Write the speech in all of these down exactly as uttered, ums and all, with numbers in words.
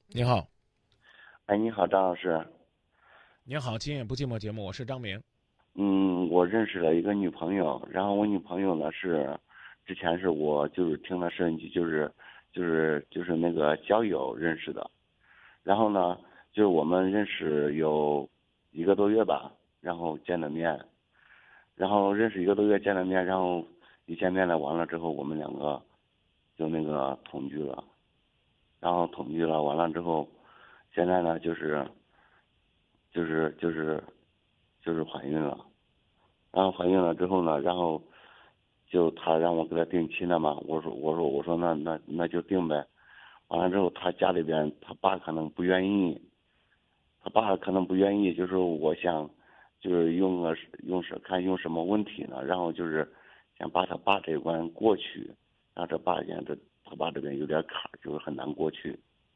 你好。 哎，你好，张老师。 你好，今夜不寂寞节目，我是张明。 嗯，我认识了一个女朋友，然后我女朋友呢是，之前是我就是听了摄像机，就是就是就是那个交友认识的，然后呢，就是我们认识有一个多月吧，然后见了面，然后认识一个多月见了面，然后一见面了，完了之后我们两个就那个同居了，然后同居了，完了之后，现在呢就是就是就是就是怀孕了。然后怀孕了之后呢，然后就他让我给他定亲了嘛，我说我说我说那那那就定呗。完了之后，他家里边他爸可能不愿意，他爸可能不愿意，就是我想就是用个用是看用什么问题呢，然后就是想把他爸这一关过去，让这爸现在这他爸这边有点坎儿，就是很难过去。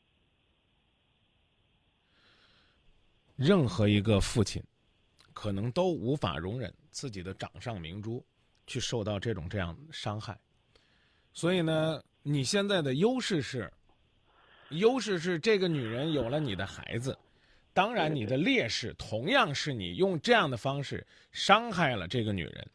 任何一个父亲，可能都无法容忍自己的掌上明珠去受到这种这样的伤害。所以呢，你现在的优势是，优势是这个女人有了你的孩子。当然， 对对。 你的劣势同样是你用这样的方式伤害了这个女人。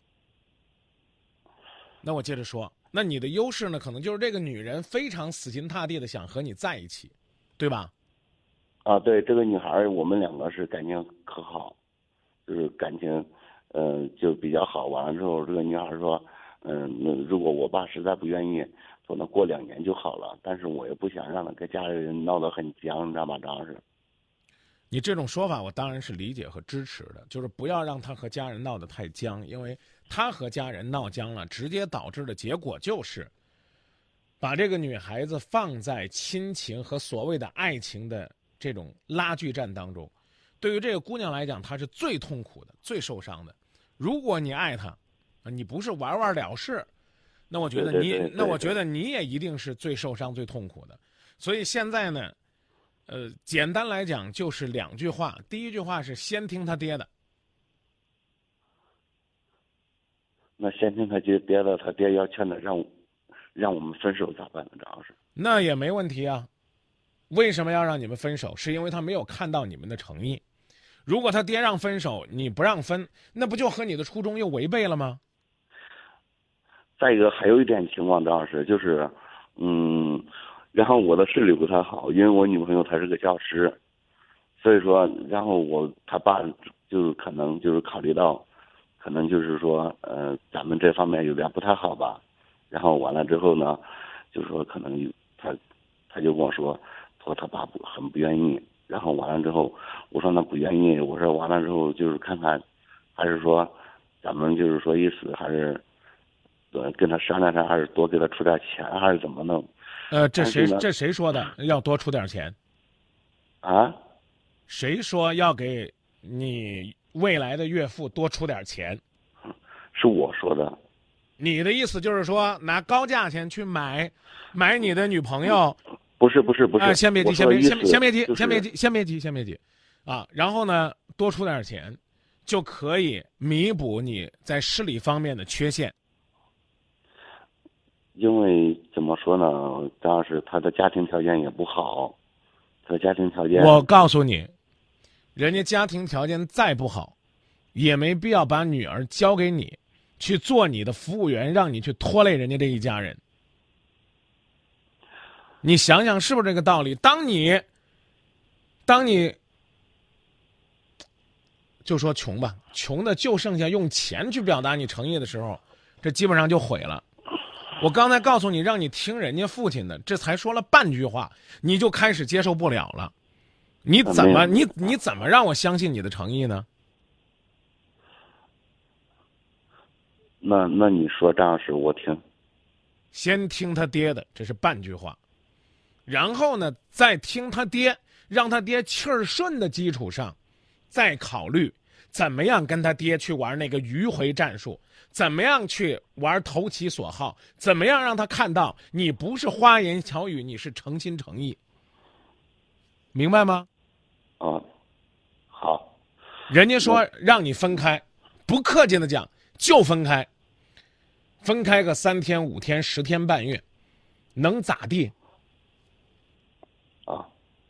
那我接着说，那你的优势呢，可能就是这个女人非常死心塌地的想和你在一起，对吧？ 啊，对，这个女孩儿我们两个是感情可好，就是感情，嗯、就比较好。完了之后，这个女孩儿说，嗯，那如果我爸实在不愿意，说那过两年就好了。但是我也不想让他跟家里人闹得很僵，你知道吗，张老师？ 你这种说法，我当然是理解和支持的，就是不要让他和家人闹得太僵，因为他和家人闹僵了，直接导致的结果就是把这个女孩子放在亲情和所谓的爱情的这种拉锯战当中。对于这个姑娘来讲，她是最痛苦的、最受伤的。如果你爱她，你不是玩玩了事，那我觉对对得你， 对对对。 那我觉得你也一定是最受伤、最痛苦的。所以现在呢，呃，简单来讲就是两句话。第一句话是先听他爹的。 那先听他爹爹的，他爹要劝他让我让我们分手咋办呢，张老师？ 那也没问题啊。为什么要让你们分手？是因为他没有看到你们的诚意。如果他爹让分手，你不让分，那不就和你的初衷又违背了吗？ 再一个还有一点情况，张老师就是，嗯，然后我的视力不太好，因为我女朋友她是个教师，所以说，然后我他爸就可能就是考虑到，可能就是说，呃，咱们这方面有点不太好吧。然后完了之后呢，就说可能有他他就跟我说，说他爸不很不愿意。然后完了之后，我说那不愿意，我说完了之后就是看看，还是说咱们就是说意思还是，呃，跟他商量商量，还是多给他出点钱，还是怎么弄？ 呃，这但是呢， 谁这谁说的要多出点钱？ 啊。 谁说要给你未来的岳父多出点钱？ 是我说的。 你的意思就是说拿高价钱去买买你的女朋友？ 不是不是不啊、 是， 先别急， 我说先别，先别， 的意思先别急， 就是先别急，先别急，先别急，啊！然后呢，多出点钱，就可以弥补你在视力方面的缺陷。 因为怎么说呢，张老师他的家庭条件也不好，他的家庭条件。 我告诉你，人家家庭条件再不好，也没必要把女儿交给你去做你的服务员，让你去拖累人家这一家人。你想想是不是这个道理？当你，当你就说穷吧，穷的就剩下用钱去表达你诚意的时候，这基本上就毁了。我刚才告诉你，让你听人家父亲的，这才说了半句话，你就开始接受不了了。你呃怎么， 没有没有。 你你怎么让我相信你的诚意呢？ 那那你说张老师我听。 先听他爹的，这是半句话，然后呢，再听他爹，让他爹气儿顺的基础上，再考虑怎么样跟他爹去玩那个迂回战术，怎么样去玩投其所好，怎么样让他看到你不是花言巧语，你是诚心诚意，明白吗？ 啊，好。 人家那说让你分开，不客气的讲，就分开，分开个三天五天十天半月，能咋地？ 啊，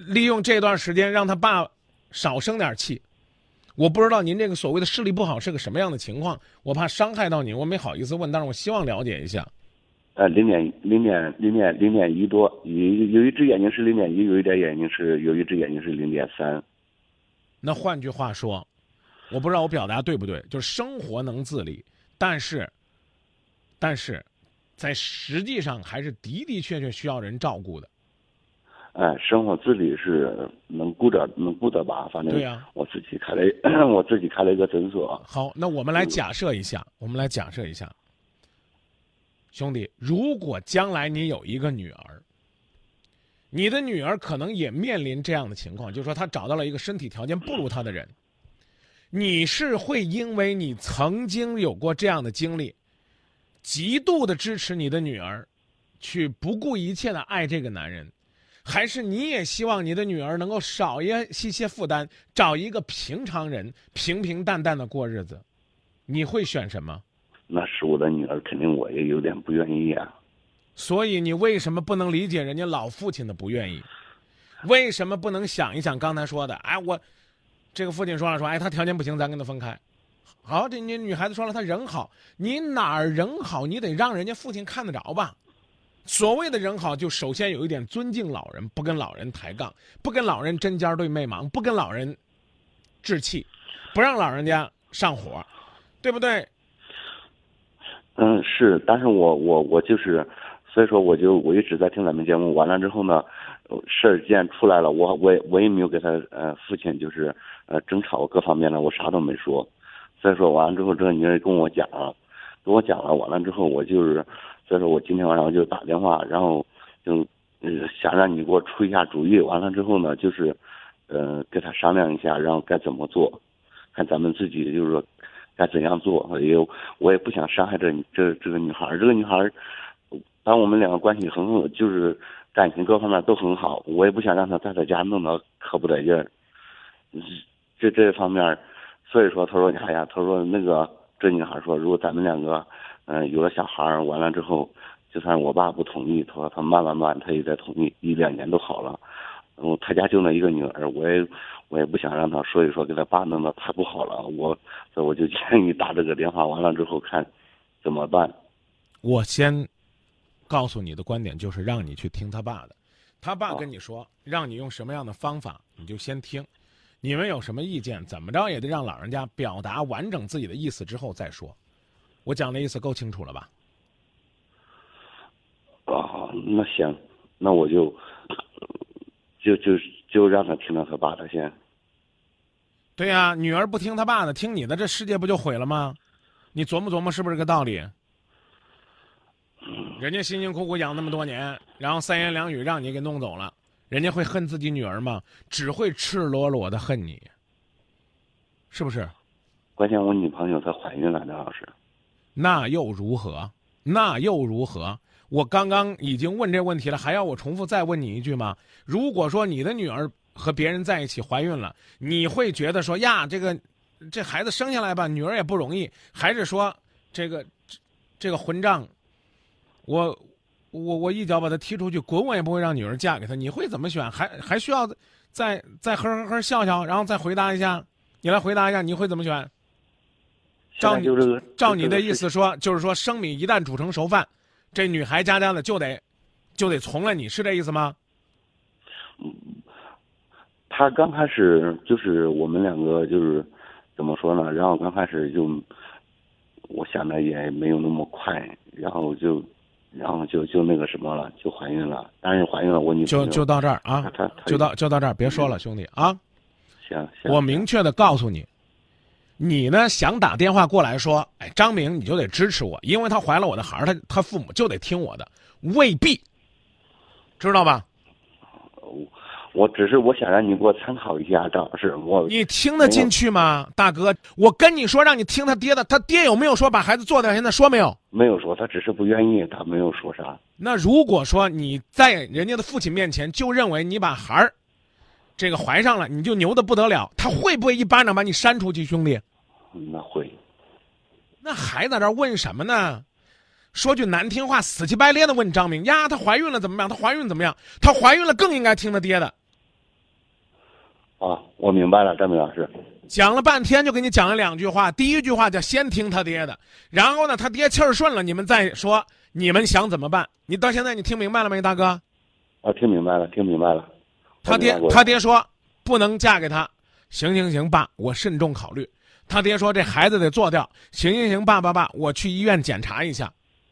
利用这段时间让他爸少生点气。我不知道您这个所谓的视力不好是个什么样的情况，我怕伤害到您，我没好意思问，但是我希望了解一下。 呃，零点零点零点零点一多，有有一只眼睛是零点一，有一点眼睛是有一只眼睛是零点三。 那换句话说，我不知道我表达对不对，就是生活能自理，但是，但是，在实际上还是的的确确需要人照顾的。 呃，生活自理是能顾着能顾得吧？反正对呀， 我自己开了，我自己开了一个诊所。 好，那我们来假设一下，我们来假设一下，兄弟，如果将来你有一个女儿，你的女儿可能也面临这样的情况，就是说她找到了一个身体条件不如她的人，你是会因为你曾经有过这样的经历，极度的支持你的女儿，去不顾一切的爱这个男人，还是你也希望你的女儿能够少一些些负担，找一个平常人，平平淡淡的过日子？你会选什么？ 那是我的女儿，肯定我也有点不愿意啊。 所以你为什么不能理解人家老父亲的不愿意？为什么不能想一想刚才说的？哎，我这个父亲说了说，哎，他条件不行，咱跟他分开。好，这你女孩子说了，他人好，你哪儿人好，你得让人家父亲看得着吧？所谓的人好，就首先有一点尊敬老人，不跟老人抬杠，不跟老人针尖对麦芒，不跟老人置气，不让老人家上火，对不对？ 嗯，是，但是我我我就是，所以说我就我一直在听咱们节目，完了之后呢，事儿既然出来了，我我也我也没有给他呃父亲就是呃争吵各方面的，我啥都没说。所以说完了之后，这个女人跟我讲了，跟我讲了，完了之后我就是，所以说我今天晚上就打电话，然后就呃想让你给我出一下主意，完了之后呢，就是呃跟他商量一下，然后该怎么做，看咱们自己就是说该怎样做，也我也不想伤害这这这个女孩，这个女孩，当我们两个关系很好，就是感情各方面都很好，我也不想让她在她家弄得可不得劲儿，这这方面。所以说，他说，哎呀，他说那个这女孩说，如果咱们两个，嗯、呃，有了小孩完了之后，就算我爸不同意，他说他慢慢慢他也在同意，一两年都好了。嗯，他家就那一个女儿，我也我也不想让他说一说，给他爸弄得太不好了。我所以我就建议打这个电话，完了之后看怎么办。 我先告诉你的观点就是让你去听他爸的，他爸跟你说让你用什么样的方法，你就先听。你们有什么意见，怎么着也得让老人家表达完整自己的意思之后再说。我讲的意思够清楚了吧？ 啊，那行，那我就就就就让他听到他爸的先。 对呀、啊，女儿不听他爸的，听你的，这世界不就毁了吗？你琢磨琢磨是不是这个道理？人家辛辛苦苦养那么多年，然后三言两语让你给弄走了。人家会恨自己女儿吗？只会赤裸裸的恨你，是不是？ 关键我女朋友她怀孕了，张老师。 那又如何？那又如何？我刚刚已经问这问题了，还要我重复再问你一句吗？如果说你的女儿和别人在一起怀孕了，你会觉得说呀，这个这孩子生下来吧，女儿也不容易，还是说这个这这个混账，我？我我一脚把他踢出去，滚我也不会让女儿嫁给他。你会怎么选？还还需要再再呵呵呵笑笑，然后再回答一下。你来回答一下，你会怎么选？照你、 这个、 照你的意思说，就是说生米一旦煮成熟饭，这女孩家家的就得就得从了你，是这意思吗？ 嗯，他刚开始就是我们两个就是怎么说呢？然后刚开始就我想的也没有那么快，然后就。然后就就那个什么了，就怀孕了。但是怀孕了，我女朋友就就到这儿啊， 他他就到就到这儿，别说了，兄弟啊。 行行。 我明确的告诉你，你呢想打电话过来说，哎，张明你就得支持我，因为他怀了我的孩儿，他他父母就得听我的，未必，知道吧？ 我只是我想让你给我参考一下，张老师，我你听得进去吗，大哥？我跟你说，让你听他爹的，他爹有没有说把孩子做掉？现在说没有？ 没有说，他只是不愿意，他没有说啥。 那如果说你在人家的父亲面前就认为你把孩儿这个怀上了，你就牛的不得了，他会不会一巴掌把你扇出去，兄弟？ 那会。 那还在这问什么呢？说句难听话，死乞白咧的问张明呀，她怀孕了怎么样？她怀孕怎么样？她怀孕了更应该听她爹的。 啊，我明白了，张明老师。 讲了半天就给你讲了两句话，第一句话叫先听他爹的，然后呢他爹气儿顺了，你们再说你们想怎么办。你到现在你听明白了没，大哥？ 啊，听明白了，听明白了。 他爹他爹说不能嫁给他，行行行爸，我慎重考虑。他爹说这孩子得做掉，行行行爸爸爸，我去医院检查一下。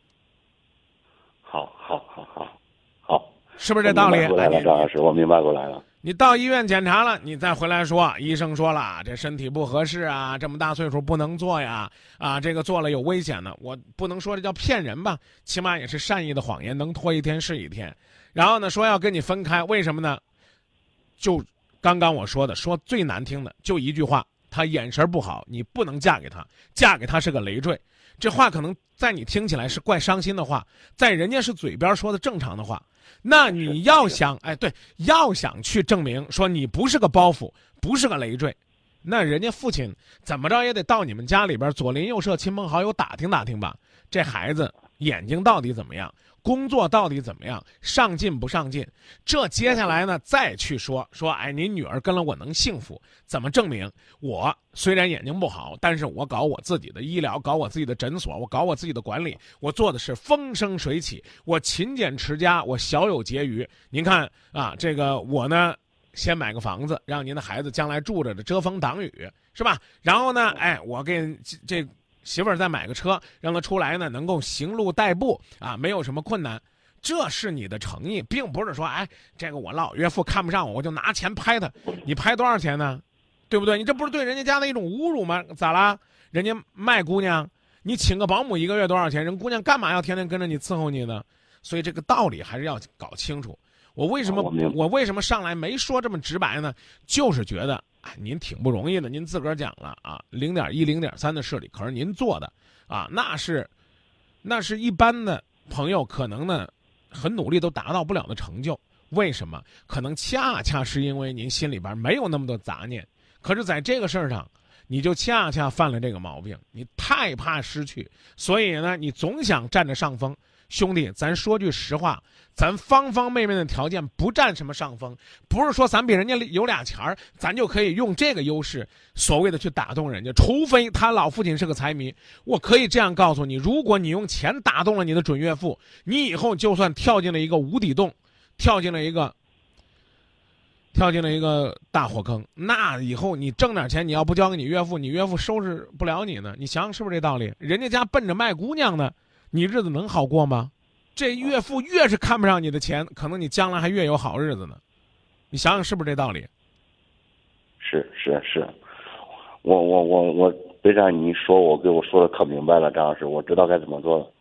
好好好好好， 是不是这道理？ 我明白过来了，张老师，我明白过来了。 你到医院检查了，你再回来说，医生说了，这身体不合适啊，这么大岁数不能做呀，啊，这个做了有危险的。我不能说这叫骗人吧，起码也是善意的谎言，能拖一天是一天。然后呢，说要跟你分开，为什么呢？就刚刚我说的，说最难听的就一句话，他眼神不好，你不能嫁给他，嫁给他是个累赘。这话可能在你听起来是怪伤心的话，在人家是嘴边说的正常的话。那你要想，哎，对，要想去证明说你不是个包袱，不是个累赘，那人家父亲怎么着也得到你们家里边左邻右舍、亲朋好友打听打听吧，这孩子眼睛到底怎么样，工作到底怎么样，上进不上进？这接下来呢，再去说说，哎，您女儿跟了我能幸福？怎么证明？我虽然眼睛不好，但是我搞我自己的医疗，搞我自己的诊所，我搞我自己的管理，我做的是风生水起，我勤俭持家，我小有结余。您看啊，这个我呢，先买个房子，让您的孩子将来住着的遮风挡雨，是吧？然后呢，哎，我给这。媳妇儿再买个车，让他出来呢，能够行路代步啊，没有什么困难，这是你的诚意，并不是说，哎，这个我老岳父看不上我，我就拿钱拍他。你拍多少钱呢？对不对？你这不是对人家家的一种侮辱吗？咋啦？人家卖姑娘，你请个保姆一个月多少钱？人姑娘干嘛要天天跟着你伺候你呢？所以这个道理还是要搞清楚。我为什么我为什么上来没说这么直白呢？就是觉得。哎，您挺不容易的，您自个儿讲了啊，零点一、零点三的视力，可是您做的啊，那是，那是一般的朋友可能呢，很努力都达到不了的成就。为什么？可能恰恰是因为您心里边没有那么多杂念，可是在这个事儿上，你就恰恰犯了这个毛病，你太怕失去，所以呢，你总想占着上风。兄弟，咱说句实话，咱方方面面的条件不占什么上风，不是说咱比人家有俩钱儿，咱就可以用这个优势所谓的去打动人家，除非他老父亲是个财迷。我可以这样告诉你，如果你用钱打动了你的准岳父，你以后就算跳进了一个无底洞，跳进了一个跳进了一个大火坑，那以后你挣点钱，你要不交给你岳父，你岳父收拾不了你呢。你想想是不是这道理？人家家奔着卖姑娘呢，你日子能好过吗？这岳父越是看不上你的钱，可能你将来还越有好日子呢。你想想是不是这道理？ 是是是，我我我我，非常你说我给我说的可明白了，张老师，我知道该怎么做了。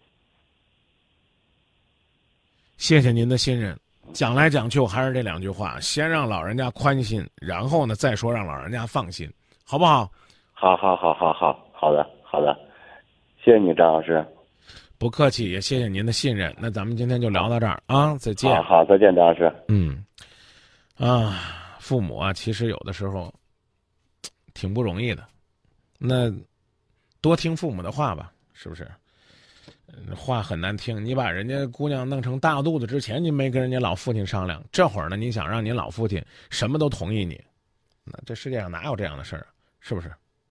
谢谢您的信任。讲来讲去还是这两句话，先让老人家宽心，然后呢再说让老人家放心，好不好？ 好好好好好好的好的，谢谢你，张老师。 不客气，也谢谢您的信任。那咱们今天就聊到这儿啊，再见。 好，好，再见，张老师。 嗯，啊，父母啊，其实有的时候挺不容易的。那多听父母的话吧，是不是？话很难听，你把人家姑娘弄成大肚子之前，您没跟人家老父亲商量，这会儿呢，你想让您老父亲什么都同意你，那这世界上哪有这样的事儿啊？是不是？